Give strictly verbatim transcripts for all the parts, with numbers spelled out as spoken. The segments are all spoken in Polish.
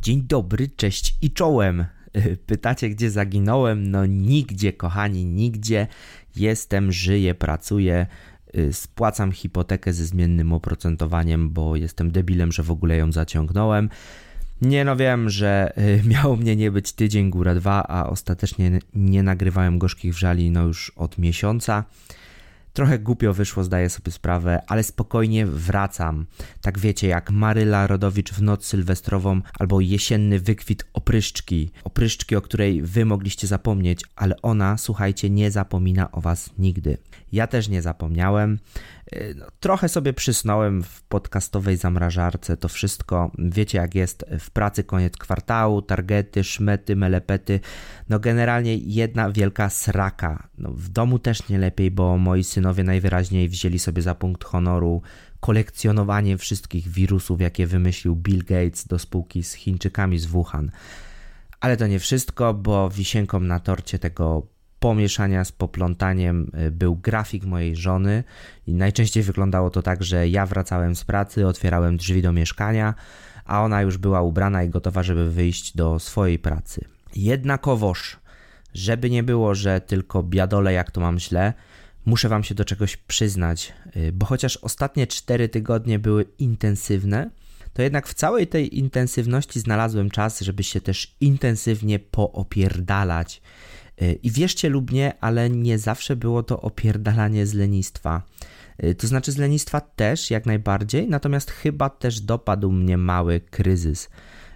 Dzień dobry, cześć i czołem. Pytacie, gdzie zaginąłem? No nigdzie, kochani, nigdzie. Jestem, żyję, pracuję, spłacam hipotekę ze zmiennym oprocentowaniem, bo jestem debilem, że w ogóle ją zaciągnąłem. Nie no, wiem, że miało mnie nie być tydzień, góra dwa, a ostatecznie nie nagrywałem gorzkich wrzali no już od miesiąca. Trochę głupio wyszło, zdaję sobie sprawę, ale spokojnie wracam. Tak wiecie, jak Maryla Rodowicz w noc sylwestrową albo jesienny wykwit opryszczki. Opryszczki, o której wy mogliście zapomnieć, ale ona, słuchajcie, nie zapomina o was nigdy. Ja też nie zapomniałem. No, trochę sobie przysnąłem w podcastowej zamrażarce, to wszystko, wiecie jak jest, w pracy koniec kwartału, targety, szmety, melepety, no generalnie jedna wielka sraka. No, w domu też nie lepiej, bo moi synowie najwyraźniej wzięli sobie za punkt honoru kolekcjonowanie wszystkich wirusów, jakie wymyślił Bill Gates do spółki z Chińczykami z Wuhan. Ale to nie wszystko, bo wisienką na torcie tego pomieszania z poplątaniem był grafik mojej żony i najczęściej wyglądało to tak, że ja wracałem z pracy, otwierałem drzwi do mieszkania, a ona już była ubrana i gotowa, żeby wyjść do swojej pracy. Jednakowoż, żeby nie było, że tylko biadole jak to mam źle, muszę wam się do czegoś przyznać, bo chociaż ostatnie cztery tygodnie były intensywne, to jednak w całej tej intensywności znalazłem czas, żeby się też intensywnie poopierdalać. I wierzcie lub nie, ale nie zawsze było to opierdalanie z lenistwa. To znaczy z lenistwa też jak najbardziej, natomiast chyba też dopadł mnie mały kryzys.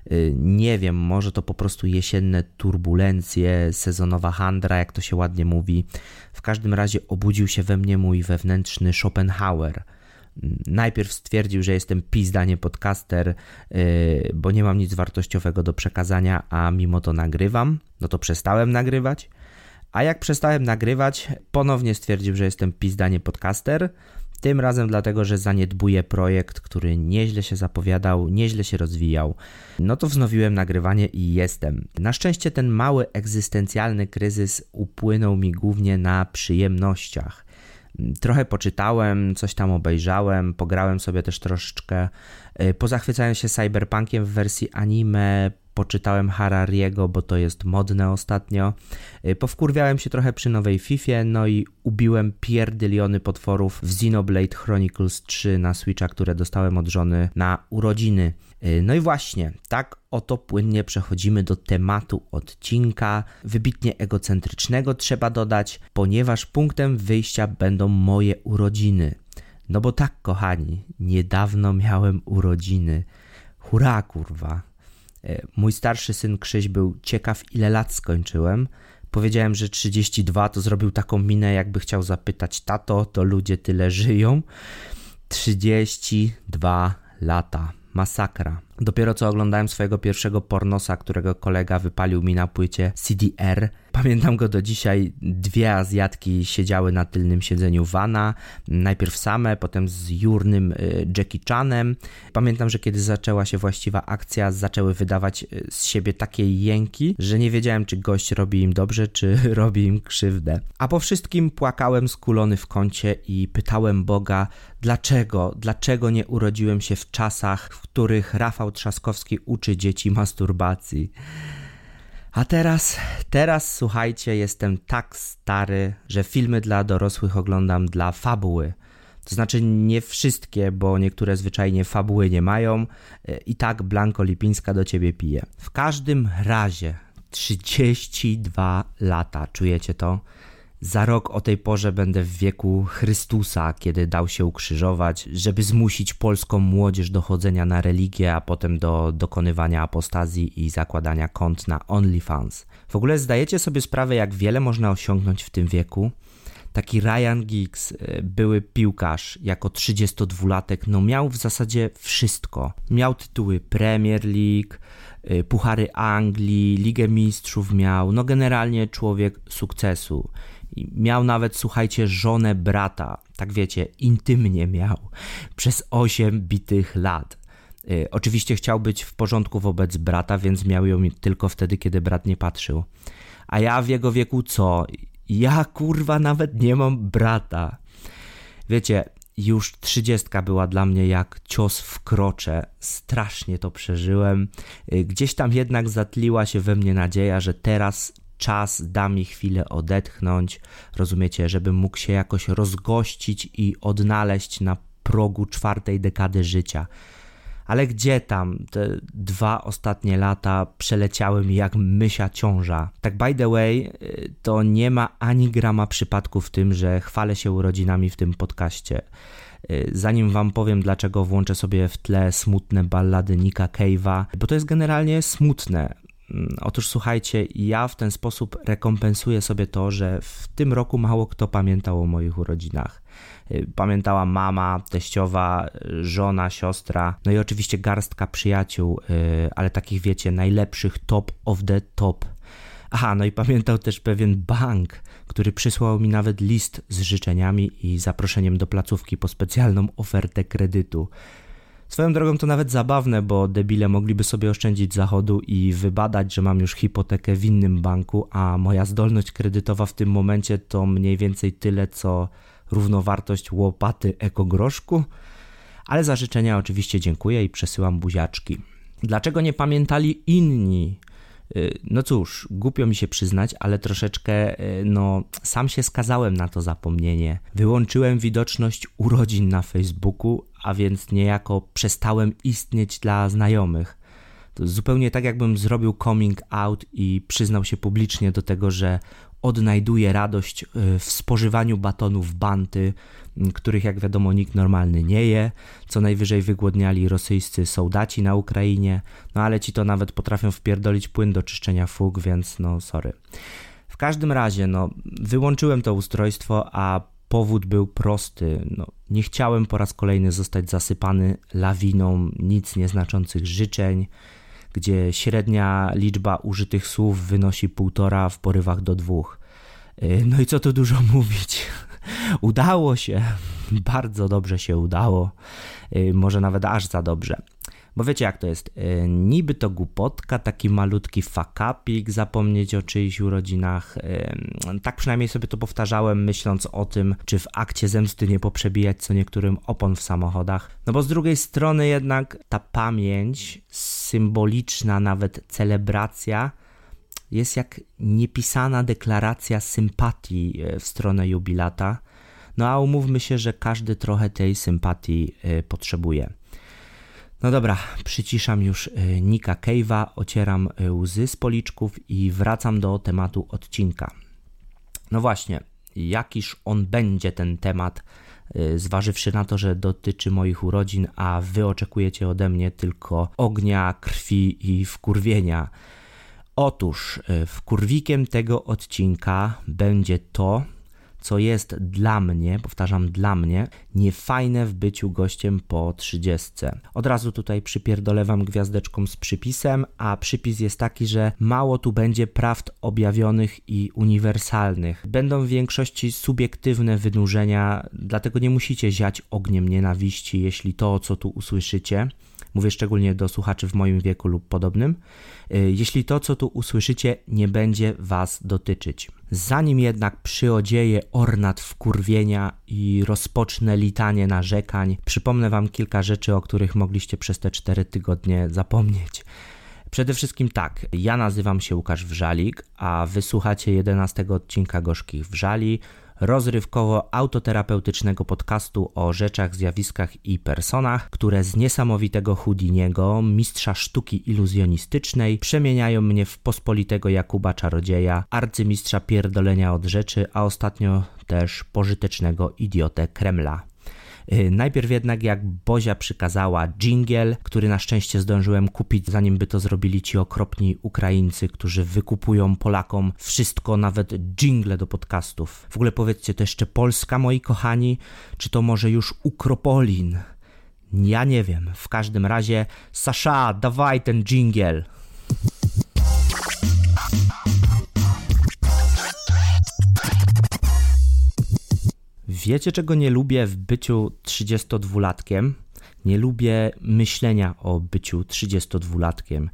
Nie wiem, może to po prostu jesienne turbulencje, sezonowa handra, jak to się ładnie mówi. W każdym razie obudził się we mnie mój wewnętrzny Schopenhauer. Najpierw stwierdził, że jestem pizda, nie podcaster, yy, bo nie mam nic wartościowego do przekazania, a mimo to nagrywam. No to przestałem nagrywać. A jak przestałem nagrywać, ponownie stwierdził, że jestem pizda, nie podcaster. Tym razem dlatego, że zaniedbuję projekt, który nieźle się zapowiadał, nieźle się rozwijał. No to wznowiłem nagrywanie i jestem. Na szczęście ten mały egzystencjalny kryzys upłynął mi głównie na przyjemnościach. Trochę poczytałem, coś tam obejrzałem, pograłem sobie też troszeczkę. Pozachwycałem się cyberpunkiem w wersji anime, poczytałem Harariego, bo to jest modne ostatnio. Powkurwiałem się trochę przy nowej Fifie, no i ubiłem pierdyliony potworów w Xenoblade Chronicles trzy na Switcha, które dostałem od żony na urodziny. No i właśnie, tak oto płynnie przechodzimy do tematu odcinka, wybitnie egocentrycznego trzeba dodać, ponieważ punktem wyjścia będą moje urodziny. No bo tak, kochani, niedawno miałem urodziny. Hurra, kurwa. Mój starszy syn Krzyś był ciekaw, ile lat skończyłem. Powiedziałem, że trzydzieści dwa, to zrobił taką minę, jakby chciał zapytać: tato, to ludzie tyle żyją? trzydzieści dwa lata. Masakra. Dopiero co oglądałem swojego pierwszego pornosa, którego kolega wypalił mi na płycie C D R. Pamiętam go do dzisiaj. Dwie Azjatki siedziały na tylnym siedzeniu vana. Najpierw same, potem z jurnym Jackie Chanem. Pamiętam, że kiedy zaczęła się właściwa akcja, zaczęły wydawać z siebie takie jęki, że nie wiedziałem, czy gość robi im dobrze, czy robi im krzywdę. A po wszystkim płakałem skulony w kącie i pytałem Boga, dlaczego, dlaczego nie urodziłem się w czasach, w których Rafał Trzaskowski uczy dzieci masturbacji. A teraz, teraz słuchajcie, jestem tak stary, że filmy dla dorosłych oglądam dla fabuły. To znaczy nie wszystkie, bo niektóre zwyczajnie fabuły nie mają. I tak Blanko Lipińska do ciebie pije. W każdym razie trzydzieści dwa lata, czujecie to? Za rok o tej porze będę w wieku Chrystusa, kiedy dał się ukrzyżować, żeby zmusić polską młodzież do chodzenia na religię, a potem do dokonywania apostazji i zakładania kont na OnlyFans. W ogóle zdajecie sobie sprawę, jak wiele można osiągnąć w tym wieku? Taki Ryan Giggs, były piłkarz, jako trzydziestodwulatek, no miał w zasadzie wszystko. Miał tytuły Premier League, Puchary Anglii, Ligę Mistrzów miał, no generalnie człowiek sukcesu. Miał nawet, słuchajcie, żonę brata, tak wiecie, intymnie miał, przez osiem bitych lat. Yy, oczywiście chciał być w porządku wobec brata, więc miał ją tylko wtedy, kiedy brat nie patrzył. A ja w jego wieku co? Ja kurwa nawet nie mam brata. Wiecie, już trzydziestka była dla mnie jak cios w krocze. Strasznie to przeżyłem. Gdzieś tam jednak zatliła się we mnie nadzieja, że teraz czas da mi chwilę odetchnąć. Rozumiecie, żebym mógł się jakoś rozgościć i odnaleźć na progu czwartej dekady życia. Ale gdzie tam? Te dwa ostatnie lata przeleciały mi jak mysia ciąża. Tak by the way, to nie ma ani grama przypadku w tym, że chwalę się urodzinami w tym podcaście. Zanim wam powiem, dlaczego włączę sobie w tle smutne ballady Nicka Cave'a, bo to jest generalnie smutne. Otóż słuchajcie, ja w ten sposób rekompensuję sobie to, że w tym roku mało kto pamiętał o moich urodzinach. Pamiętała mama, teściowa, żona, siostra, no i oczywiście garstka przyjaciół, ale takich wiecie, najlepszych, top of the top. Aha, no i pamiętał też pewien bank, który przysłał mi nawet list z życzeniami i zaproszeniem do placówki po specjalną ofertę kredytu. Swoją drogą to nawet zabawne, bo debile mogliby sobie oszczędzić zachodu i wybadać, że mam już hipotekę w innym banku, a moja zdolność kredytowa w tym momencie to mniej więcej tyle, co równowartość łopaty ekogroszku. Ale za życzenia oczywiście dziękuję i przesyłam buziaczki. Dlaczego nie pamiętali inni? No cóż, głupio mi się przyznać, ale troszeczkę, no, sam się skazałem na to zapomnienie. Wyłączyłem widoczność urodzin na Facebooku, a więc niejako przestałem istnieć dla znajomych. To zupełnie tak, jakbym zrobił coming out i przyznał się publicznie do tego, że odnajduję radość w spożywaniu batonów Banty, których jak wiadomo nikt normalny nie je, co najwyżej wygłodniali rosyjscy sołdaci na Ukrainie, no ale ci to nawet potrafią wpierdolić płyn do czyszczenia fug, więc no sorry. W każdym razie, no wyłączyłem to ustrojstwo, a powód był prosty. No, nie chciałem po raz kolejny zostać zasypany lawiną nic nieznaczących życzeń, gdzie średnia liczba użytych słów wynosi półtora w porywach do dwóch. No i co tu dużo mówić. Udało się. Bardzo dobrze się udało. Może nawet aż za dobrze. Bo wiecie jak to jest. Niby to głupotka, taki malutki fuck-upik, zapomnieć o czyichś urodzinach. Tak przynajmniej sobie to powtarzałem, myśląc o tym, czy w akcie zemsty nie poprzebijać co niektórym opon w samochodach. No bo z drugiej strony jednak ta pamięć, symboliczna nawet celebracja, jest jak niepisana deklaracja sympatii w stronę jubilata. No a umówmy się, że każdy trochę tej sympatii potrzebuje. No dobra, przyciszam już Nicka Cave'a, ocieram łzy z policzków i wracam do tematu odcinka. No właśnie, jakiż on będzie ten temat, zważywszy na to, że dotyczy moich urodzin, a wy oczekujecie ode mnie tylko ognia, krwi i wkurwienia. Otóż wkurwikiem tego odcinka będzie to, co jest dla mnie, powtarzam dla mnie, niefajne w byciu gościem po trzydziestce. Od razu tutaj przypierdolę wam gwiazdeczką z przypisem, a przypis jest taki, że mało tu będzie prawd objawionych i uniwersalnych. Będą w większości subiektywne wynurzenia, dlatego nie musicie ziać ogniem nienawiści, jeśli to, co tu usłyszycie, mówię szczególnie do słuchaczy w moim wieku lub podobnym, jeśli to, co tu usłyszycie, nie będzie was dotyczyć. Zanim jednak przyodzieję ornat wkurwienia i rozpocznę litanie narzekań, przypomnę wam kilka rzeczy, o których mogliście przez te cztery tygodnie zapomnieć. Przede wszystkim tak, ja nazywam się Łukasz Wrzalik, a wysłuchacie jedenastego odcinka Gorzkich Wrzali, rozrywkowo-autoterapeutycznego podcastu o rzeczach, zjawiskach i personach, które z niesamowitego Houdiniego, mistrza sztuki iluzjonistycznej, przemieniają mnie w pospolitego Jakuba Czarodzieja, arcymistrza pierdolenia od rzeczy, a ostatnio też pożytecznego idiotę Kremla. Najpierw jednak, jak Bozia przykazała, dżingiel, który na szczęście zdążyłem kupić, zanim by to zrobili ci okropni Ukraińcy, którzy wykupują Polakom wszystko, nawet dżingle do podcastów. W ogóle powiedzcie, to jeszcze Polska, moi kochani, czy to może już Ukropolin? Ja nie wiem. W każdym razie, Sasza, dawaj ten dżingiel. Wiecie, czego nie lubię w byciu trzydziestodwulatkiem? Nie lubię myślenia o byciu trzydziestodwulatkiem.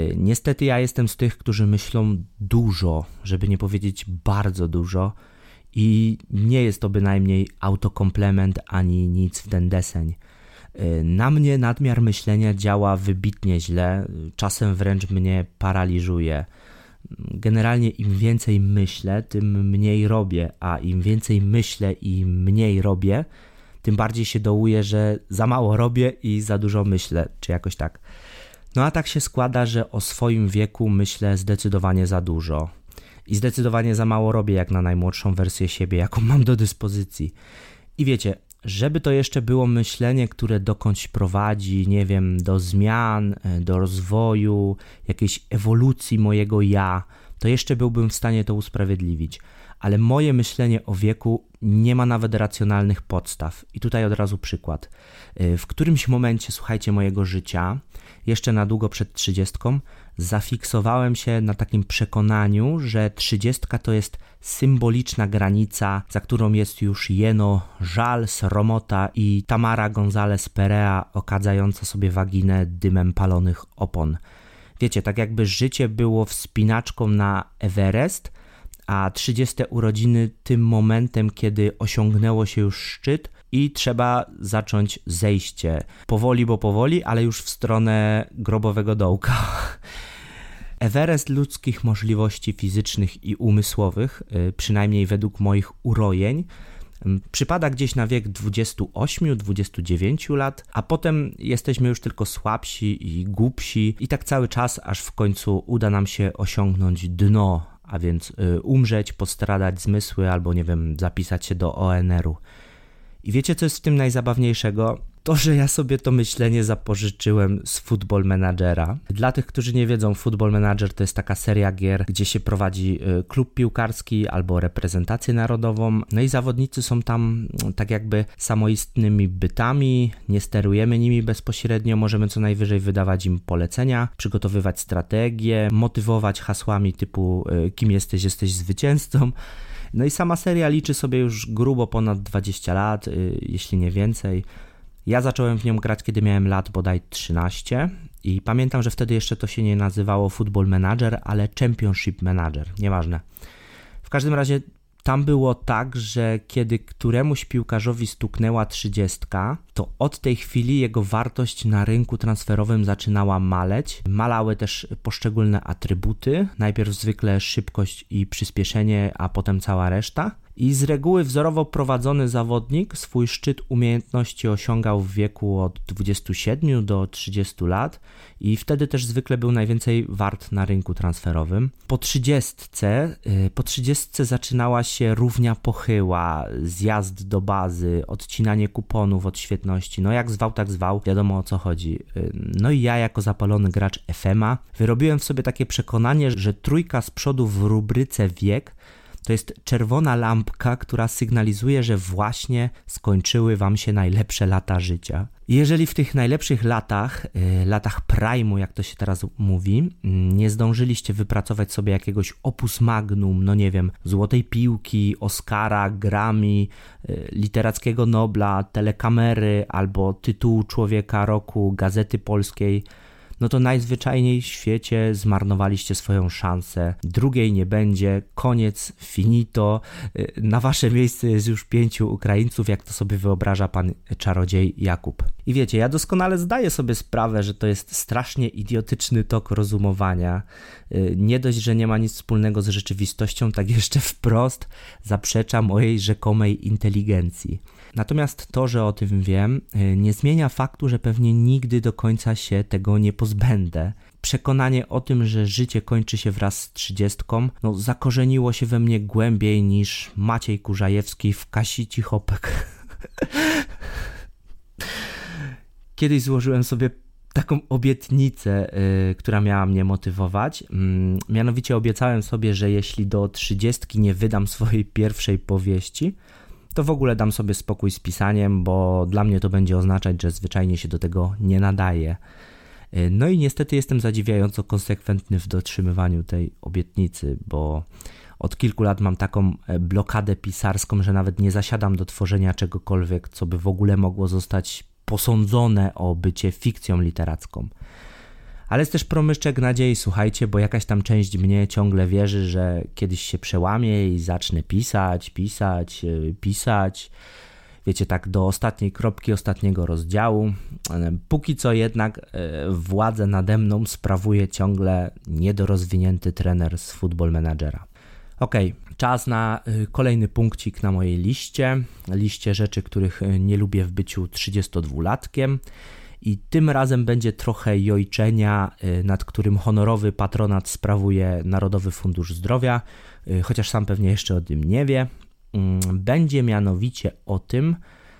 Niestety ja jestem z tych, którzy myślą dużo, żeby nie powiedzieć bardzo dużo I nie jest to bynajmniej autokomplement ani nic w ten deseń. Na mnie nadmiar myślenia działa wybitnie źle, czasem wręcz mnie paraliżuje. Generalnie im więcej myślę, tym mniej robię, a im więcej myślę i mniej robię, tym bardziej się dołuję, że za mało robię i za dużo myślę, czy jakoś tak. No a tak się składa, że o swoim wieku myślę zdecydowanie za dużo. I zdecydowanie za mało robię jak na najmłodszą wersję siebie, jaką mam do dyspozycji. I wiecie, żeby to jeszcze było myślenie, które dokądś prowadzi, nie wiem, do zmian, do rozwoju, jakiejś ewolucji mojego ja, to jeszcze byłbym w stanie to usprawiedliwić. Ale moje myślenie o wieku nie ma nawet racjonalnych podstaw. I tutaj od razu przykład. W którymś momencie, słuchajcie, mojego życia, jeszcze na długo przed trzydziestką, zafiksowałem się na takim przekonaniu, że trzydziestka to jest symboliczna granica, za którą jest już jeno żal, sromota i Tamara González Perea okadzająca sobie waginę dymem palonych opon. Wiecie, tak jakby życie było wspinaczką na Everest, a trzydzieste urodziny tym momentem, kiedy osiągnęło się już szczyt i trzeba zacząć zejście. Powoli, bo powoli, ale już w stronę grobowego dołka. Everest ludzkich możliwości fizycznych i umysłowych, przynajmniej według moich urojeń, przypada gdzieś na wiek dwudziestu ośmiu do dwudziestu dziewięciu lat, a potem jesteśmy już tylko słabsi i głupsi i tak cały czas, aż w końcu uda nam się osiągnąć dno, a więc y, umrzeć, postradać zmysły albo, nie wiem, zapisać się do O N R-u. I wiecie, co jest w tym najzabawniejszego? To, że ja sobie to myślenie zapożyczyłem z Football Managera. Dla tych, którzy nie wiedzą, Football Manager to jest taka seria gier, gdzie się prowadzi klub piłkarski albo reprezentację narodową. No i zawodnicy są tam tak jakby samoistnymi bytami, nie sterujemy nimi bezpośrednio, możemy co najwyżej wydawać im polecenia, przygotowywać strategie, motywować hasłami typu kim jesteś, jesteś zwycięzcą. No i sama seria liczy sobie już grubo ponad dwadzieścia lat, jeśli nie więcej. Ja zacząłem w nią grać, kiedy miałem lat bodaj trzynaście i pamiętam, że wtedy jeszcze to się nie nazywało Football Manager, ale Championship Manager, nieważne. W każdym razie tam było tak, że kiedy któremuś piłkarzowi stuknęła trzydziestka, to od tej chwili jego wartość na rynku transferowym zaczynała maleć. Malały też poszczególne atrybuty, najpierw zwykle szybkość i przyspieszenie, a potem cała reszta. I z reguły wzorowo prowadzony zawodnik swój szczyt umiejętności osiągał w wieku od dwudziestu siedmiu do trzydziestu lat i wtedy też zwykle był najwięcej wart na rynku transferowym. Po trzydziestce, po trzydziestce zaczynała się równia pochyła, zjazd do bazy, odcinanie kuponów od świetności, no jak zwał, tak zwał, wiadomo o co chodzi. No i ja jako zapalony gracz F M a wyrobiłem w sobie takie przekonanie, że trójka z przodu w rubryce wiek to jest czerwona lampka, która sygnalizuje, że właśnie skończyły wam się najlepsze lata życia. Jeżeli w tych najlepszych latach, yy, latach prime'u, jak to się teraz mówi, yy, nie zdążyliście wypracować sobie jakiegoś opus magnum, no nie wiem, złotej piłki, Oscara, Grammy, yy, literackiego Nobla, telekamery albo tytułu Człowieka Roku, Gazety Polskiej, no to najzwyczajniej w świecie zmarnowaliście swoją szansę. Drugiej nie będzie, koniec, finito. Na wasze miejsce jest już pięciu Ukraińców, jak to sobie wyobraża pan czarodziej Jakub. I wiecie, ja doskonale zdaję sobie sprawę, że to jest strasznie idiotyczny tok rozumowania. Nie dość, że nie ma nic wspólnego z rzeczywistością, tak jeszcze wprost zaprzecza mojej rzekomej inteligencji. Natomiast to, że o tym wiem, nie zmienia faktu, że pewnie nigdy do końca się tego nie pozbędę. Przekonanie o tym, że życie kończy się wraz z trzydziestką, no zakorzeniło się we mnie głębiej niż Maciej Kurzajewski w Kasi Cichopek. Kiedyś złożyłem sobie taką obietnicę, yy, która miała mnie motywować. Yy, mianowicie obiecałem sobie, że jeśli do trzydziestki nie wydam swojej pierwszej powieści, to w ogóle dam sobie spokój z pisaniem, bo dla mnie to będzie oznaczać, że zwyczajnie się do tego nie nadaje. No i niestety jestem zadziwiająco konsekwentny w dotrzymywaniu tej obietnicy, bo od kilku lat mam taką blokadę pisarską, że nawet nie zasiadam do tworzenia czegokolwiek, co by w ogóle mogło zostać posądzone o bycie fikcją literacką. Ale jest też promyczek nadziei, słuchajcie, bo jakaś tam część mnie ciągle wierzy, że kiedyś się przełamie i zacznę pisać, pisać, pisać. Wiecie, tak do ostatniej kropki, ostatniego rozdziału. Póki co jednak władzę nade mną sprawuje ciągle niedorozwinięty trener z Football Managera. Okej, czas na kolejny punkcik na mojej liście. Liście rzeczy, których nie lubię w byciu trzydziestodwulatkiem. I tym razem będzie trochę jojczenia, nad którym honorowy patronat sprawuje Narodowy Fundusz Zdrowia, chociaż sam pewnie jeszcze o tym nie wie. Będzie mianowicie o tym,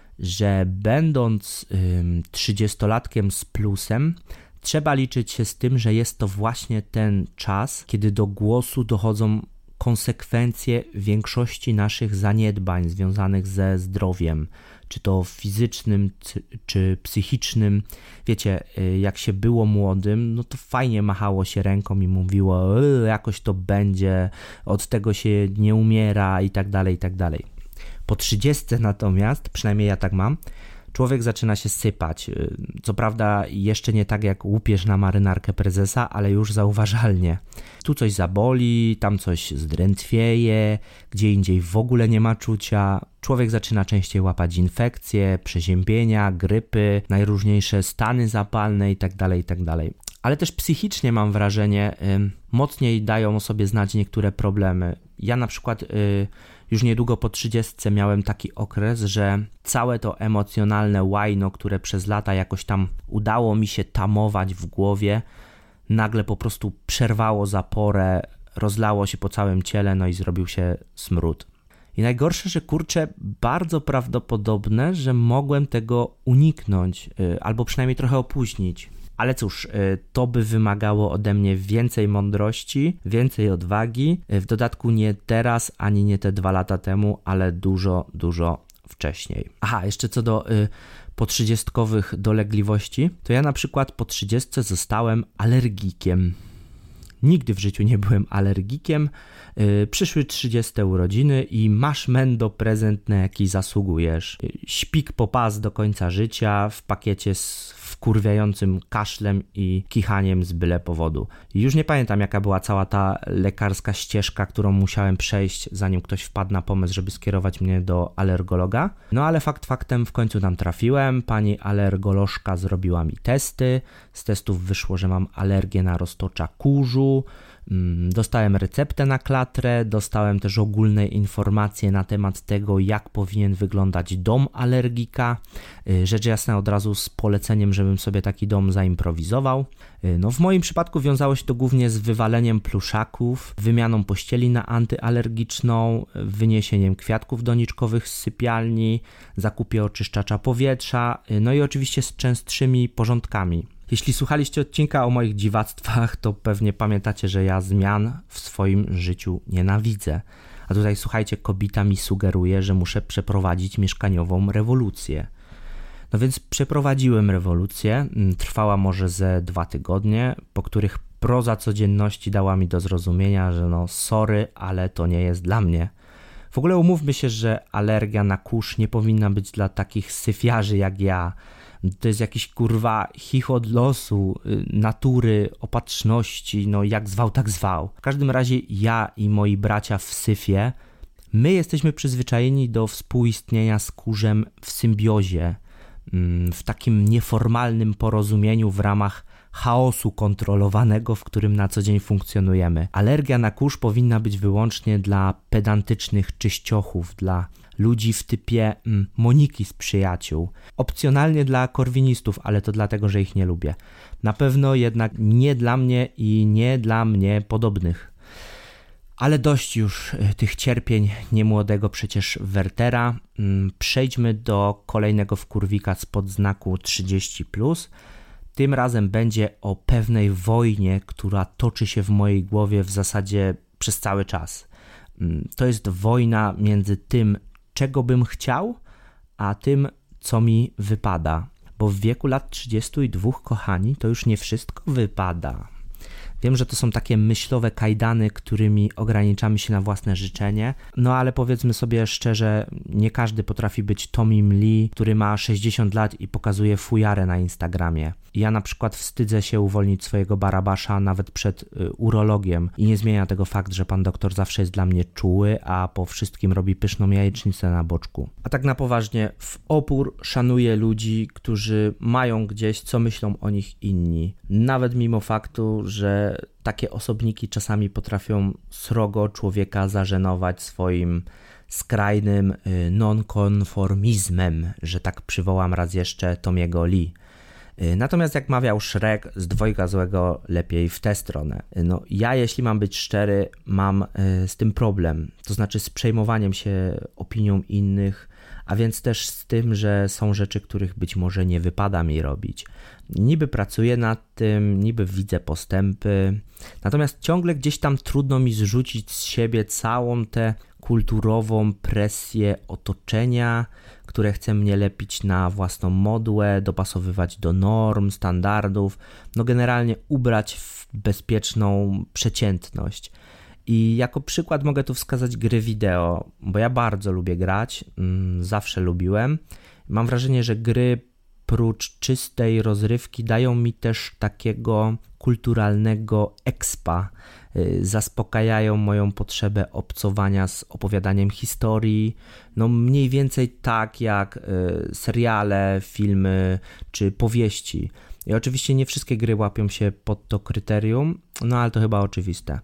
że będąc trzydziestolatkiem z plusem, trzeba liczyć się z tym, że jest to właśnie ten czas, kiedy do głosu dochodzą konsekwencje większości naszych zaniedbań związanych ze zdrowiem, czy to fizycznym, czy psychicznym. Wiecie, jak się było młodym, no to fajnie machało się ręką i mówiło, jakoś to będzie, od tego się nie umiera i tak dalej, i tak dalej. Po trzydziestce natomiast, przynajmniej ja tak mam, człowiek zaczyna się sypać. Co prawda jeszcze nie tak jak łupież na marynarkę prezesa, ale już zauważalnie. Tu coś zaboli, tam coś zdrętwieje, gdzie indziej w ogóle nie ma czucia. Człowiek zaczyna częściej łapać infekcje, przeziębienia, grypy, najróżniejsze stany zapalne itd., itd. Ale też psychicznie mam wrażenie, y, mocniej dają o sobie znać niektóre problemy. Ja na przykład y, już niedługo po trzydziestce miałem taki okres, że całe to emocjonalne łajno, które przez lata jakoś tam udało mi się tamować w głowie, nagle po prostu przerwało zaporę, rozlało się po całym ciele, no i zrobił się smród. I najgorsze, że kurczę, bardzo prawdopodobne, że mogłem tego uniknąć, y, albo przynajmniej trochę opóźnić. Ale cóż, to by wymagało ode mnie więcej mądrości, więcej odwagi. W dodatku nie teraz, ani nie te dwa lata temu, ale dużo, dużo wcześniej. Aha, jeszcze co do y, potrzydziestkowych dolegliwości, to ja na przykład po trzydziestce zostałem alergikiem. Nigdy w życiu nie byłem alergikiem. Yy, przyszły trzydzieste urodziny i masz mendo prezent, na jaki zasługujesz. Yy, śpik po pas do końca życia w pakiecie z wkurwiającym kaszlem i kichaniem z byle powodu. I już nie pamiętam, jaka była cała ta lekarska ścieżka, którą musiałem przejść, zanim ktoś wpadł na pomysł, żeby skierować mnie do alergologa. No ale fakt faktem w końcu tam trafiłem. Pani alergolożka zrobiła mi testy. Z testów wyszło, że mam alergię na roztocza kurzu. Dostałem receptę na klatrę, dostałem też ogólne informacje na temat tego, jak powinien wyglądać dom alergika. Rzecz jasna od razu z poleceniem, żebym sobie taki dom zaimprowizował. No w moim przypadku wiązało się to głównie z wywaleniem pluszaków, wymianą pościeli na antyalergiczną, wyniesieniem kwiatków doniczkowych z sypialni, zakupie oczyszczacza powietrza, no i oczywiście z częstszymi porządkami. Jeśli słuchaliście odcinka o moich dziwactwach, to pewnie pamiętacie, że ja zmian w swoim życiu nienawidzę. A tutaj słuchajcie, kobieta mi sugeruje, że muszę przeprowadzić mieszkaniową rewolucję. No więc przeprowadziłem rewolucję, trwała może ze dwa tygodnie, po których proza codzienności dała mi do zrozumienia, że no sorry, ale to nie jest dla mnie. W ogóle umówmy się, że alergia na kurz nie powinna być dla takich syfiarzy jak ja. To jest jakiś kurwa chichot losu, natury, opatrzności, no jak zwał, tak zwał. W każdym razie ja i moi bracia w syfie, my jesteśmy przyzwyczajeni do współistnienia z kurzem w symbiozie, w takim nieformalnym porozumieniu w ramach chaosu kontrolowanego, w którym na co dzień funkcjonujemy. Alergia na kurz powinna być wyłącznie dla pedantycznych czyściochów, dla ludzi w typie mm, Moniki z Przyjaciół. Opcjonalnie dla korwinistów, ale to dlatego, że ich nie lubię. Na pewno jednak nie dla mnie i nie dla mnie podobnych. Ale dość już tych cierpień niemłodego przecież Wertera. Przejdźmy do kolejnego wkurwika spod znaku trzydzieści plus. Tym razem będzie o pewnej wojnie, która toczy się w mojej głowie w zasadzie przez cały czas. To jest wojna między tym, czego bym chciał, a tym, co mi wypada. Bo w wieku lat trzydziestu dwóch, kochani, to już nie wszystko wypada. Wiem, że to są takie myślowe kajdany, którymi ograniczamy się na własne życzenie, no ale powiedzmy sobie szczerze, nie każdy potrafi być Tomim Lee, który ma sześćdziesiąt lat i pokazuje fujarę na Instagramie. Ja na przykład wstydzę się uwolnić swojego barabasza nawet przed y, urologiem i nie zmienia tego fakt, że pan doktor zawsze jest dla mnie czuły, a po wszystkim robi pyszną jajecznicę na boczku. A tak na poważnie, w opór szanuję ludzi, którzy mają gdzieś, co myślą o nich inni. Nawet mimo faktu, że takie osobniki czasami potrafią srogo człowieka zażenować swoim skrajnym y, nonkonformizmem, że tak przywołam raz jeszcze Tomiego Lee. Natomiast jak mawiał Shrek, z dwojga złego lepiej w tę stronę. No ja, jeśli mam być szczery, mam z tym problem, to znaczy z przejmowaniem się opinią innych, a więc też z tym, że są rzeczy, których być może nie wypada mi robić. Niby pracuję nad tym, niby widzę postępy, natomiast ciągle gdzieś tam trudno mi zrzucić z siebie całą tę kulturową presję otoczenia, które chce mnie lepić na własną modłę, dopasowywać do norm, standardów, no generalnie ubrać w bezpieczną przeciętność. I jako przykład mogę tu wskazać gry wideo, bo ja bardzo lubię grać, zawsze lubiłem. Mam wrażenie, że gry prócz czystej rozrywki dają mi też takiego kulturalnego expa, zaspokajają moją potrzebę obcowania z opowiadaniem historii, no mniej więcej tak jak seriale, filmy czy powieści. I oczywiście nie wszystkie gry łapią się pod to kryterium, no ale to chyba oczywiste.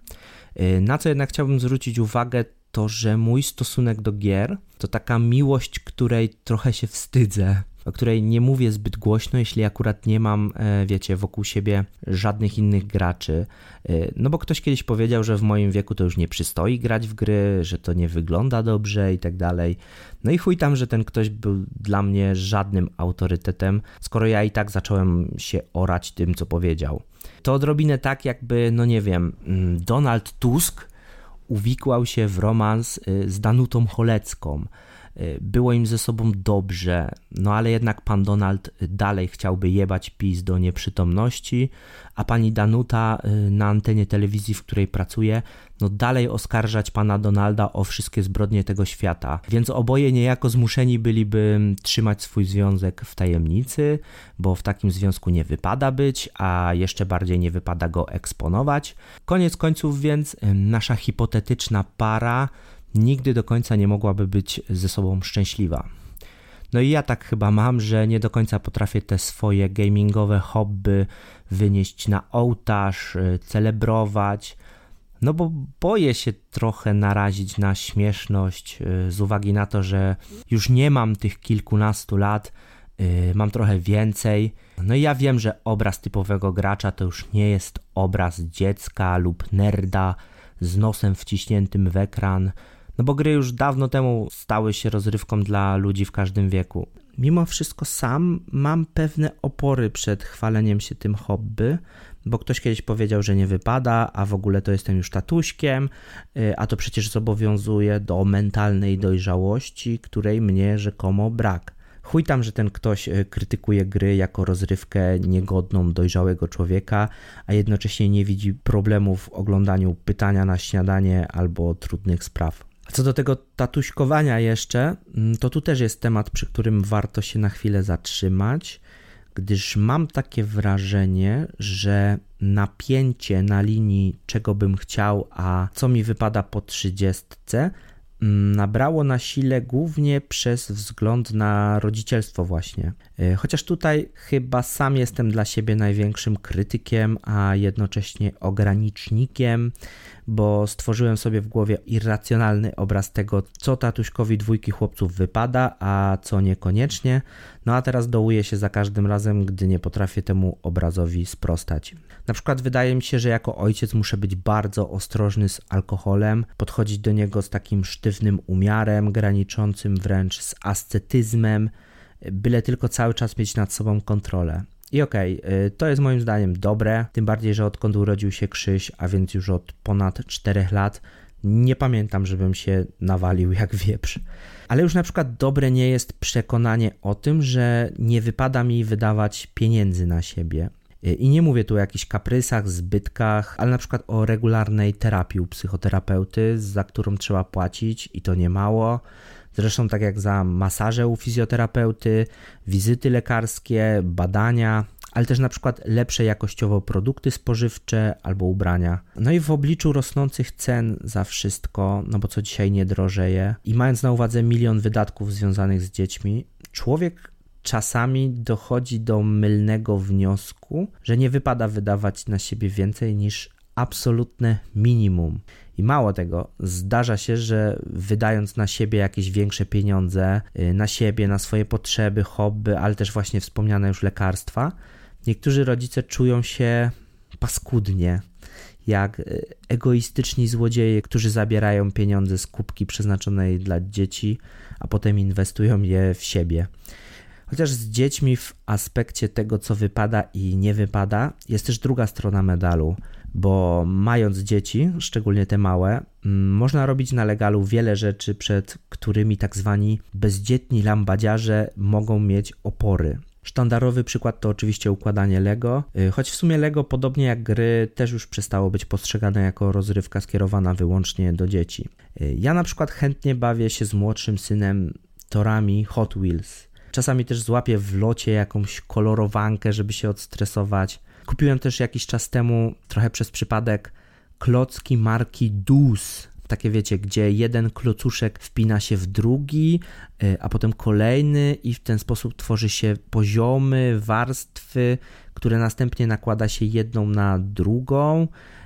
Na co jednak chciałbym zwrócić uwagę, to że mój stosunek do gier to taka miłość, której trochę się wstydzę, o której nie mówię zbyt głośno, jeśli akurat nie mam, wiecie, wokół siebie żadnych innych graczy. No bo ktoś kiedyś powiedział, że w moim wieku to już nie przystoi grać w gry, że to nie wygląda dobrze i tak dalej. No i chuj tam, że ten ktoś był dla mnie żadnym autorytetem, skoro ja i tak zacząłem się orać tym, co powiedział. To odrobinę tak, jakby, no nie wiem, Donald Tusk uwikłał się w romans z Danutą Cholecką. Było im ze sobą dobrze, no ale jednak pan Donald dalej chciałby jebać PiS do nieprzytomności, a pani Danuta na antenie telewizji, w której pracuje, no dalej oskarżać pana Donalda o wszystkie zbrodnie tego świata. Więc oboje niejako zmuszeni byliby trzymać swój związek w tajemnicy, bo w takim związku nie wypada być, a jeszcze bardziej nie wypada go eksponować. Koniec końców więc nasza hipotetyczna para nigdy do końca nie mogłaby być ze sobą szczęśliwa. No i ja tak chyba mam, że nie do końca potrafię te swoje gamingowe hobby wynieść na ołtarz, celebrować, no bo boję się trochę narazić na śmieszność z uwagi na to, że już nie mam tych kilkunastu lat, mam trochę więcej. No i ja wiem, że obraz typowego gracza to już nie jest obraz dziecka lub nerda z nosem wciśniętym w ekran, no bo gry już dawno temu stały się rozrywką dla ludzi w każdym wieku. Mimo wszystko sam mam pewne opory przed chwaleniem się tym hobby, bo ktoś kiedyś powiedział, że nie wypada, a w ogóle to jestem już tatuśkiem, a to przecież zobowiązuje do mentalnej dojrzałości, której mnie rzekomo brak. Chuj tam, że ten ktoś krytykuje gry jako rozrywkę niegodną dojrzałego człowieka, a jednocześnie nie widzi problemu w oglądaniu Pytania na śniadanie albo trudnych spraw. Co do tego tatuśkowania jeszcze, to tu też jest temat, przy którym warto się na chwilę zatrzymać, gdyż mam takie wrażenie, że napięcie na linii czego bym chciał, a co mi wypada po trzydziestce, nabrało na sile głównie przez wzgląd na rodzicielstwo właśnie. Chociaż tutaj chyba sam jestem dla siebie największym krytykiem, a jednocześnie ogranicznikiem, bo stworzyłem sobie w głowie irracjonalny obraz tego, co tatuśkowi dwójki chłopców wypada, a co niekoniecznie, no a teraz dołuję się za każdym razem, gdy nie potrafię temu obrazowi sprostać. Na przykład wydaje mi się, że jako ojciec muszę być bardzo ostrożny z alkoholem, podchodzić do niego z takim sztywnym umiarem, graniczącym wręcz z ascetyzmem, byle tylko cały czas mieć nad sobą kontrolę. I okej, okay, to jest moim zdaniem dobre, tym bardziej, że odkąd urodził się Krzyś, a więc już od ponad czterech lat, nie pamiętam, żebym się nawalił jak wieprz. Ale już na przykład dobre nie jest przekonanie o tym, że nie wypada mi wydawać pieniędzy na siebie. I nie mówię tu o jakichś kaprysach, zbytkach, ale na przykład o regularnej terapii u psychoterapeuty, za którą trzeba płacić i to nie mało. Zresztą tak jak za masaże u fizjoterapeuty, wizyty lekarskie, badania, ale też na przykład lepsze jakościowo produkty spożywcze albo ubrania. No i w obliczu rosnących cen za wszystko, no bo co dzisiaj nie drożeje i mając na uwadze milion wydatków związanych z dziećmi, człowiek czasami dochodzi do mylnego wniosku, że nie wypada wydawać na siebie więcej niż absolutne minimum. I mało tego, zdarza się, że wydając na siebie jakieś większe pieniądze, na siebie, na swoje potrzeby, hobby, ale też właśnie wspomniane już lekarstwa, niektórzy rodzice czują się paskudnie, jak egoistyczni złodzieje, którzy zabierają pieniądze z kubki przeznaczonej dla dzieci, a potem inwestują je w siebie. Chociaż z dziećmi w aspekcie tego, co wypada i nie wypada, jest też druga strona medalu, bo mając dzieci, szczególnie te małe, można robić na legalu wiele rzeczy, przed którymi tak zwani bezdzietni lambadziarze mogą mieć opory. Sztandarowy przykład to oczywiście układanie Lego, choć w sumie Lego, podobnie jak gry, też już przestało być postrzegane jako rozrywka skierowana wyłącznie do dzieci. Ja na przykład chętnie bawię się z młodszym synem torami Hot Wheels. Czasami też złapię w locie jakąś kolorowankę, żeby się odstresować. Kupiłem też jakiś czas temu, trochę przez przypadek, klocki marki Dus. Takie wiecie, gdzie jeden klocuszek wpina się w drugi, a potem kolejny i w ten sposób tworzy się poziomy, warstwy, które następnie nakłada się jedną na drugą,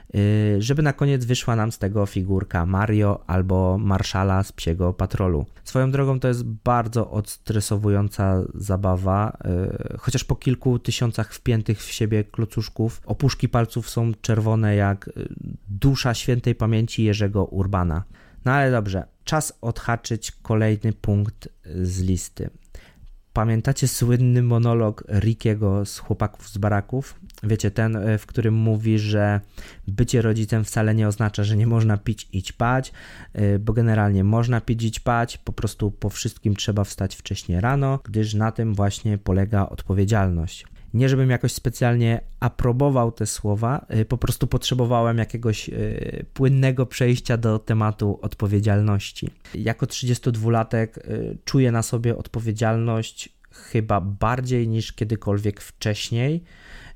żeby na koniec wyszła nam z tego figurka Mario albo Marszala z Psiego Patrolu. Swoją drogą to jest bardzo odstresowująca zabawa, chociaż po kilku tysiącach wpiętych w siebie klocuszków opuszki palców są czerwone jak dusza świętej pamięci Jerzego Urbana. No ale dobrze, czas odhaczyć kolejny punkt z listy. Pamiętacie słynny monolog Rickiego z Chłopaków z baraków? Wiecie, ten, w którym mówi, że bycie rodzicem wcale nie oznacza, że nie można pić i ćpać, bo generalnie można pić i ćpać, po prostu po wszystkim trzeba wstać wcześnie rano, gdyż na tym właśnie polega odpowiedzialność. Nie żebym jakoś specjalnie aprobował te słowa, po prostu potrzebowałem jakiegoś płynnego przejścia do tematu odpowiedzialności. Jako trzydziestodwulatek czuję na sobie odpowiedzialność chyba bardziej niż kiedykolwiek wcześniej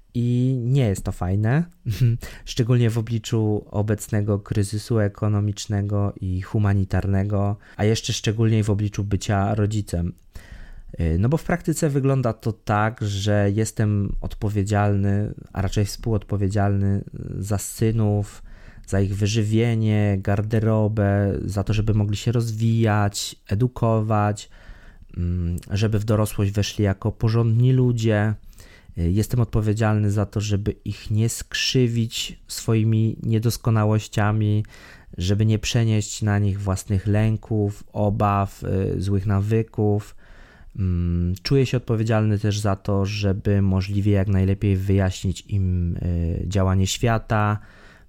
i nie jest to fajne, szczególnie w obliczu obecnego kryzysu ekonomicznego i humanitarnego, a jeszcze szczególnie w obliczu bycia rodzicem. No bo w praktyce wygląda to tak, że jestem odpowiedzialny, a raczej współodpowiedzialny za synów, za ich wyżywienie, garderobę, za to, żeby mogli się rozwijać, edukować, żeby w dorosłość weszli jako porządni ludzie. Jestem odpowiedzialny za to, żeby ich nie skrzywić swoimi niedoskonałościami, żeby nie przenieść na nich własnych lęków, obaw, złych nawyków. Czuję się odpowiedzialny też za to, żeby możliwie jak najlepiej wyjaśnić im działanie świata,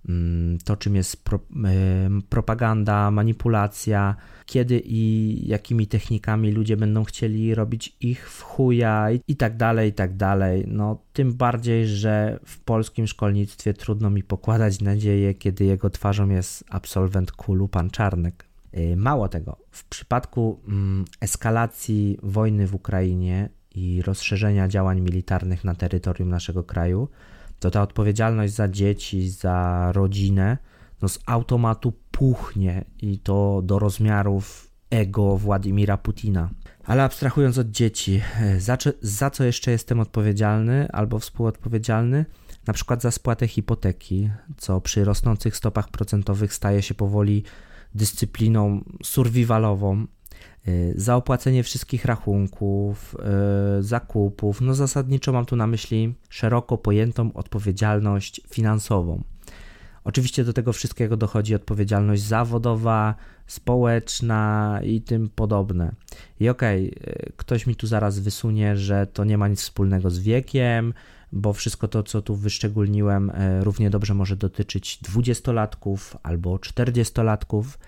to czym jest pro, propaganda, manipulacja, kiedy i jakimi technikami ludzie będą chcieli robić ich w chuja i, i tak dalej, i tak dalej. No tym bardziej, że w polskim szkolnictwie trudno mi pokładać nadzieję, kiedy jego twarzą jest absolwent kulu pan Czarnek. Mało tego, w przypadku mm, eskalacji wojny w Ukrainie i rozszerzenia działań militarnych na terytorium naszego kraju, to ta odpowiedzialność za dzieci, za rodzinę, no z automatu puchnie i to do rozmiarów ego Władimira Putina. Ale abstrahując od dzieci, za, za co jeszcze jestem odpowiedzialny albo współodpowiedzialny? Na przykład za spłatę hipoteki, co przy rosnących stopach procentowych staje się powoli dyscypliną survivalową, za opłacenie wszystkich rachunków, zakupów. No zasadniczo mam tu na myśli szeroko pojętą odpowiedzialność finansową. Oczywiście do tego wszystkiego dochodzi odpowiedzialność zawodowa, społeczna i tym podobne. I okej, okay, ktoś mi tu zaraz wysunie, że to nie ma nic wspólnego z wiekiem, bo wszystko to, co tu wyszczególniłem, równie dobrze może dotyczyć dwudziestolatków albo czterdziestolatków.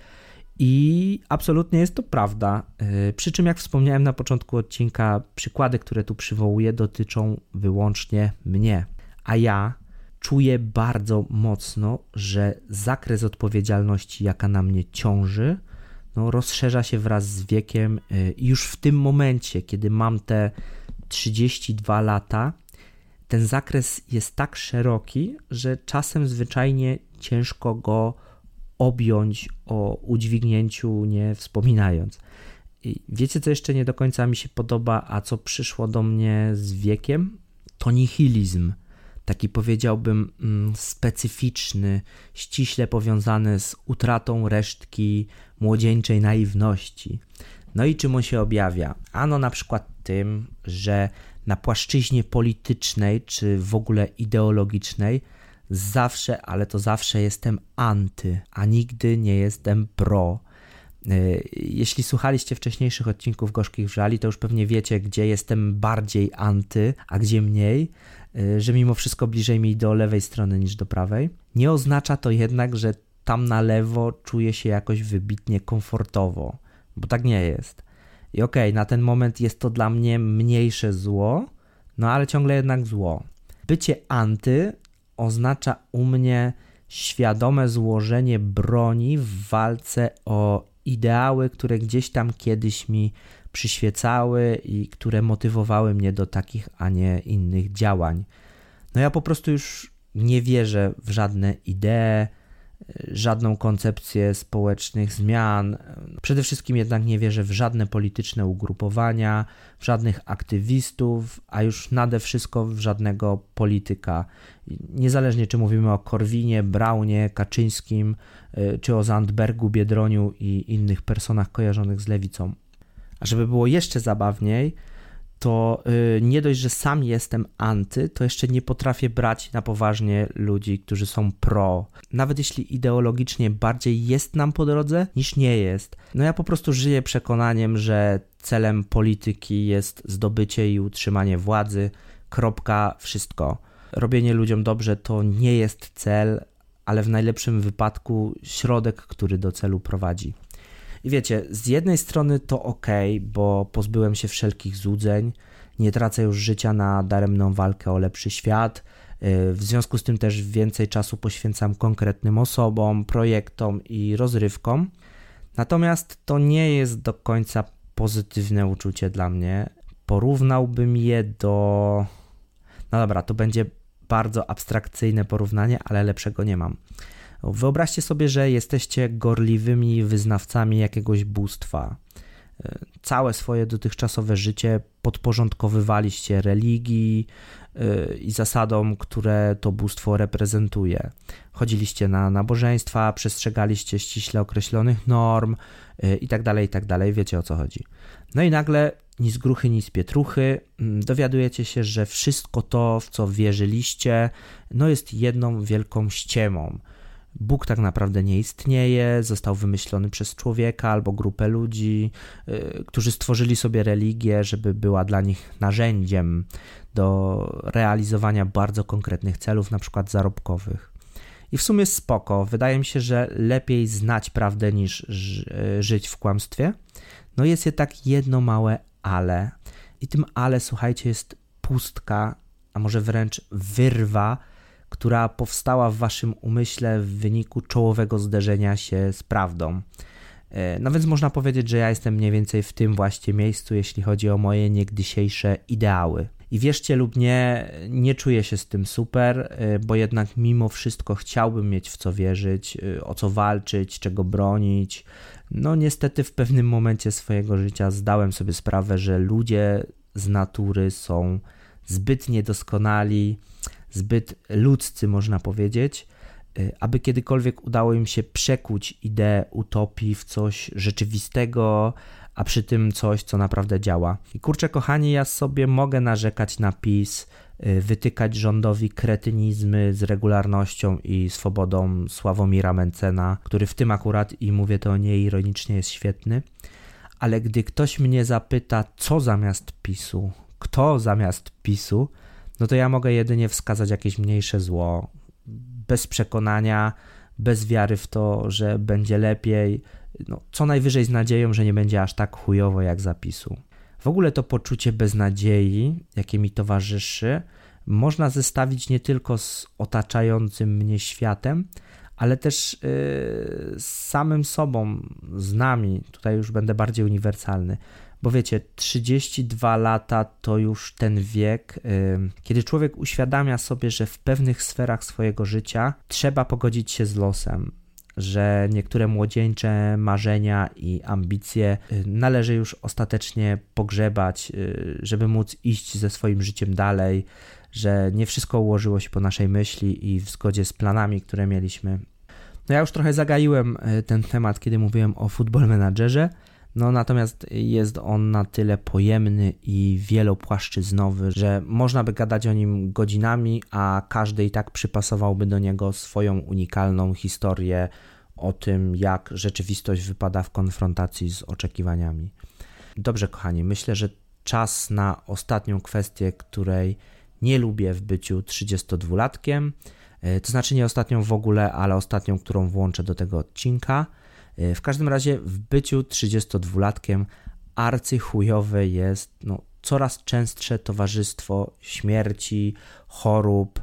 I absolutnie jest to prawda, przy czym jak wspomniałem na początku odcinka, przykłady, które tu przywołuję, dotyczą wyłącznie mnie. A ja czuję bardzo mocno, że zakres odpowiedzialności, jaka na mnie ciąży, no, rozszerza się wraz z wiekiem i już w tym momencie, kiedy mam te trzydzieści dwa lata, ten zakres jest tak szeroki, że czasem zwyczajnie ciężko go objąć o udźwignięciu nie wspominając. I wiecie, co jeszcze nie do końca mi się podoba, a co przyszło do mnie z wiekiem? To nihilizm. Taki powiedziałbym specyficzny, ściśle powiązany z utratą resztki młodzieńczej naiwności. No i czym on się objawia? Ano na przykład tym, że na płaszczyźnie politycznej czy w ogóle ideologicznej zawsze, ale to zawsze jestem anty, a nigdy nie jestem pro. Jeśli słuchaliście wcześniejszych odcinków Gorzkich Żali, to już pewnie wiecie, gdzie jestem bardziej anty, a gdzie mniej, że mimo wszystko bliżej mi do lewej strony niż do prawej. Nie oznacza to jednak, że tam na lewo czuję się jakoś wybitnie komfortowo, bo tak nie jest. I okej, okay, na ten moment jest to dla mnie mniejsze zło, no ale ciągle jednak zło. Bycie anty oznacza u mnie świadome złożenie broni w walce o ideały, które gdzieś tam kiedyś mi przyświecały i które motywowały mnie do takich, a nie innych działań. No ja po prostu już nie wierzę w żadne idee, żadną koncepcję społecznych zmian. Przede wszystkim jednak nie wierzę w żadne polityczne ugrupowania, w żadnych aktywistów, a już nade wszystko w żadnego polityka. Niezależnie czy mówimy o Korwinie, Braunie, Kaczyńskim, czy o Zandbergu, Biedroniu i innych personach kojarzonych z lewicą. A żeby było jeszcze zabawniej, to yy, nie dość, że sam jestem anty, to jeszcze nie potrafię brać na poważnie ludzi, którzy są pro. Nawet jeśli ideologicznie bardziej jest nam po drodze, niż nie jest. No ja po prostu żyję przekonaniem, że celem polityki jest zdobycie i utrzymanie władzy. Kropka, wszystko. Robienie ludziom dobrze to nie jest cel, ale w najlepszym wypadku środek, który do celu prowadzi. I wiecie, z jednej strony to okej, bo pozbyłem się wszelkich złudzeń, nie tracę już życia na daremną walkę o lepszy świat, w związku z tym też więcej czasu poświęcam konkretnym osobom, projektom i rozrywkom. Natomiast to nie jest do końca pozytywne uczucie dla mnie. Porównałbym je do... No dobra, to będzie bardzo abstrakcyjne porównanie, ale lepszego nie mam. Wyobraźcie sobie, że jesteście gorliwymi wyznawcami jakiegoś bóstwa. Całe swoje dotychczasowe życie podporządkowywaliście religii i zasadom, które to bóstwo reprezentuje. Chodziliście na nabożeństwa, przestrzegaliście ściśle określonych norm i tak dalej, i tak dalej. Wiecie, o co chodzi. No i nagle ni z gruchy, ni z pietruchy dowiadujecie się, że wszystko to, w co wierzyliście, no jest jedną wielką ściemą. Bóg tak naprawdę nie istnieje, został wymyślony przez człowieka albo grupę ludzi, yy, którzy stworzyli sobie religię, żeby była dla nich narzędziem do realizowania bardzo konkretnych celów, na przykład zarobkowych. I w sumie spoko, wydaje mi się, że lepiej znać prawdę niż ży- żyć w kłamstwie. No jest jednak jedno małe ale. I tym ale, słuchajcie, jest pustka, a może wręcz wyrwa, która powstała w waszym umyśle w wyniku czołowego zderzenia się z prawdą. No więc można powiedzieć, że ja jestem mniej więcej w tym właśnie miejscu, jeśli chodzi o moje niegdysiejsze ideały. I wierzcie lub nie, nie czuję się z tym super, bo jednak mimo wszystko chciałbym mieć w co wierzyć, o co walczyć, czego bronić. No niestety w pewnym momencie swojego życia zdałem sobie sprawę, że ludzie z natury są zbyt niedoskonali, zbyt ludzcy, można powiedzieć, aby kiedykolwiek udało im się przekuć ideę utopii w coś rzeczywistego, a przy tym coś, co naprawdę działa. I kurczę, kochani, ja sobie mogę narzekać na PiS, wytykać rządowi kretynizmy z regularnością i swobodą Sławomira Mencena, który w tym akurat, i mówię to nieironicznie, jest świetny, ale gdy ktoś mnie zapyta, co zamiast PiSu, kto zamiast PiSu, no to ja mogę jedynie wskazać jakieś mniejsze zło, bez przekonania, bez wiary w to, że będzie lepiej, no, co najwyżej z nadzieją, że nie będzie aż tak chujowo jak za PiSu. W ogóle to poczucie beznadziei, jakie mi towarzyszy, można zestawić nie tylko z otaczającym mnie światem, ale też yy, z samym sobą, z nami. Tutaj już będę bardziej uniwersalny. Bo wiecie, trzydzieści dwa lata to już ten wiek, yy, kiedy człowiek uświadamia sobie, że w pewnych sferach swojego życia trzeba pogodzić się z losem, że niektóre młodzieńcze marzenia i ambicje yy, należy już ostatecznie pogrzebać, yy, żeby móc iść ze swoim życiem dalej, że nie wszystko ułożyło się po naszej myśli i w zgodzie z planami, które mieliśmy. No ja już trochę zagaiłem yy, ten temat, kiedy mówiłem o Football Managerze. No natomiast jest on na tyle pojemny i wielopłaszczyznowy, że można by gadać o nim godzinami, a każdy i tak przypasowałby do niego swoją unikalną historię o tym, jak rzeczywistość wypada w konfrontacji z oczekiwaniami. Dobrze, kochani, myślę, że czas na ostatnią kwestię, której nie lubię w byciu trzydziestodwulatkiem, to znaczy nie ostatnią w ogóle, ale ostatnią, którą włączę do tego odcinka. W każdym razie w byciu trzydziestodwulatkiem arcychujowe jest no, coraz częstsze towarzystwo śmierci, chorób,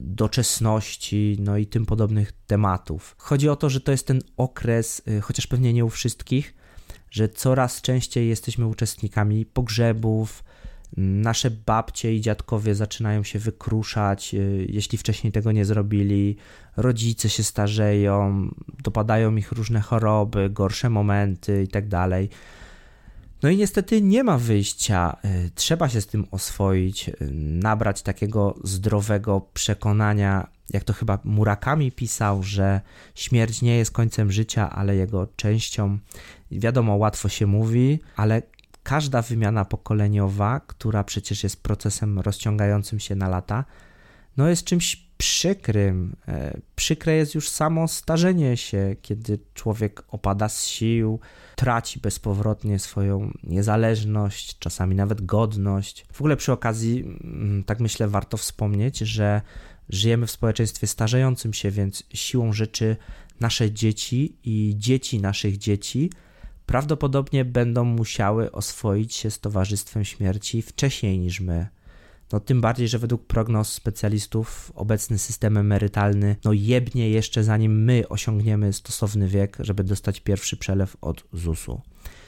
doczesności, no i tym podobnych tematów. Chodzi o to, że to jest ten okres, chociaż pewnie nie u wszystkich, że coraz częściej jesteśmy uczestnikami pogrzebów, nasze babcie i dziadkowie zaczynają się wykruszać, jeśli wcześniej tego nie zrobili, rodzice się starzeją, dopadają ich różne choroby, gorsze momenty i tak dalej. No i niestety nie ma wyjścia, trzeba się z tym oswoić, nabrać takiego zdrowego przekonania, jak to chyba Murakami pisał, że śmierć nie jest końcem życia, ale jego częścią. Wiadomo, łatwo się mówi, ale każda wymiana pokoleniowa, która przecież jest procesem rozciągającym się na lata, no jest czymś przykrym. Przykre jest już samo starzenie się, kiedy człowiek opada z sił, traci bezpowrotnie swoją niezależność, czasami nawet godność. W ogóle przy okazji, tak myślę, warto wspomnieć, że żyjemy w społeczeństwie starzejącym się, więc siłą rzeczy nasze dzieci i dzieci naszych dzieci prawdopodobnie będą musiały oswoić się z towarzystwem śmierci wcześniej niż my. No tym bardziej, że według prognoz specjalistów obecny system emerytalny no jebnie jeszcze zanim my osiągniemy stosowny wiek, żeby dostać pierwszy przelew od zusu.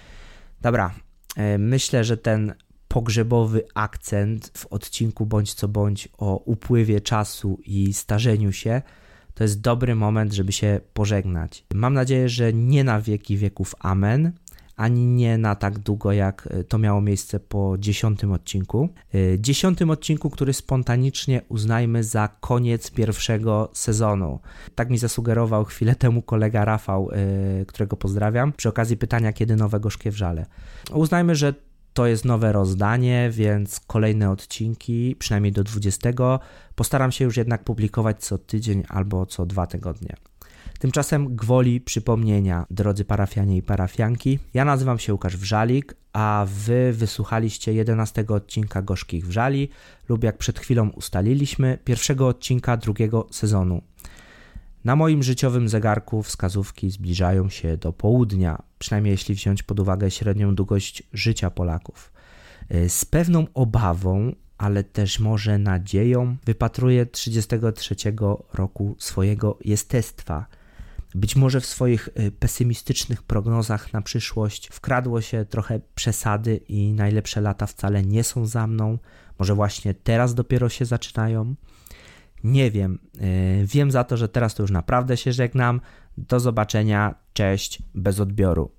Dobra, myślę, że ten pogrzebowy akcent w odcinku bądź co bądź o upływie czasu i starzeniu się to jest dobry moment, żeby się pożegnać. Mam nadzieję, że nie na wieki wieków amen, ani nie na tak długo, jak to miało miejsce po dziesiątym odcinku. Dziesiątym odcinku, który spontanicznie uznajmy za koniec pierwszego sezonu. Tak mi zasugerował chwilę temu kolega Rafał, którego pozdrawiam, przy okazji pytania, kiedy nowe gorzkie wrzale. Uznajmy, że to jest nowe rozdanie, więc kolejne odcinki, przynajmniej do dwudziestego, postaram się już jednak publikować co tydzień albo co dwa tygodnie. Tymczasem gwoli przypomnienia, drodzy parafianie i parafianki, ja nazywam się Łukasz Wrzalik, a wy wysłuchaliście jedenastego odcinka Gorzkich Wrzali lub jak przed chwilą ustaliliśmy, pierwszego odcinka drugiego sezonu. Na moim życiowym zegarku wskazówki zbliżają się do południa, przynajmniej jeśli wziąć pod uwagę średnią długość życia Polaków. Z pewną obawą, ale też może nadzieją, wypatruję trzydziestego trzeciego roku swojego jestestwa. Być może w swoich pesymistycznych prognozach na przyszłość wkradło się trochę przesady i najlepsze lata wcale nie są za mną. Może właśnie teraz dopiero się zaczynają. Nie wiem. Wiem za to, że teraz to już naprawdę się żegnam. Do zobaczenia. Cześć. Bez odbioru.